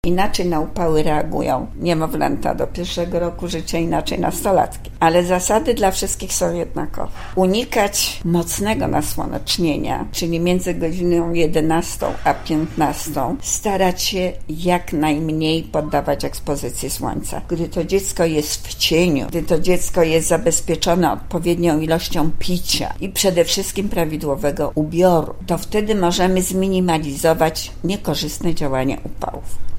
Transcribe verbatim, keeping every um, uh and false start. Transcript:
Inaczej na upały reagują niemowlęta do pierwszego roku życia, inaczej nastolatki. Ale zasady dla wszystkich są jednakowe. Unikać mocnego nasłonecznienia, czyli między godziną jedenastą a piętnastą, starać się jak najmniej poddawać ekspozycji słońca. Gdy to dziecko jest w cieniu, gdy to dziecko jest zabezpieczone odpowiednią ilością picia i przede wszystkim prawidłowego ubioru, to wtedy możemy zminimalizować niekorzystne działanie upałów.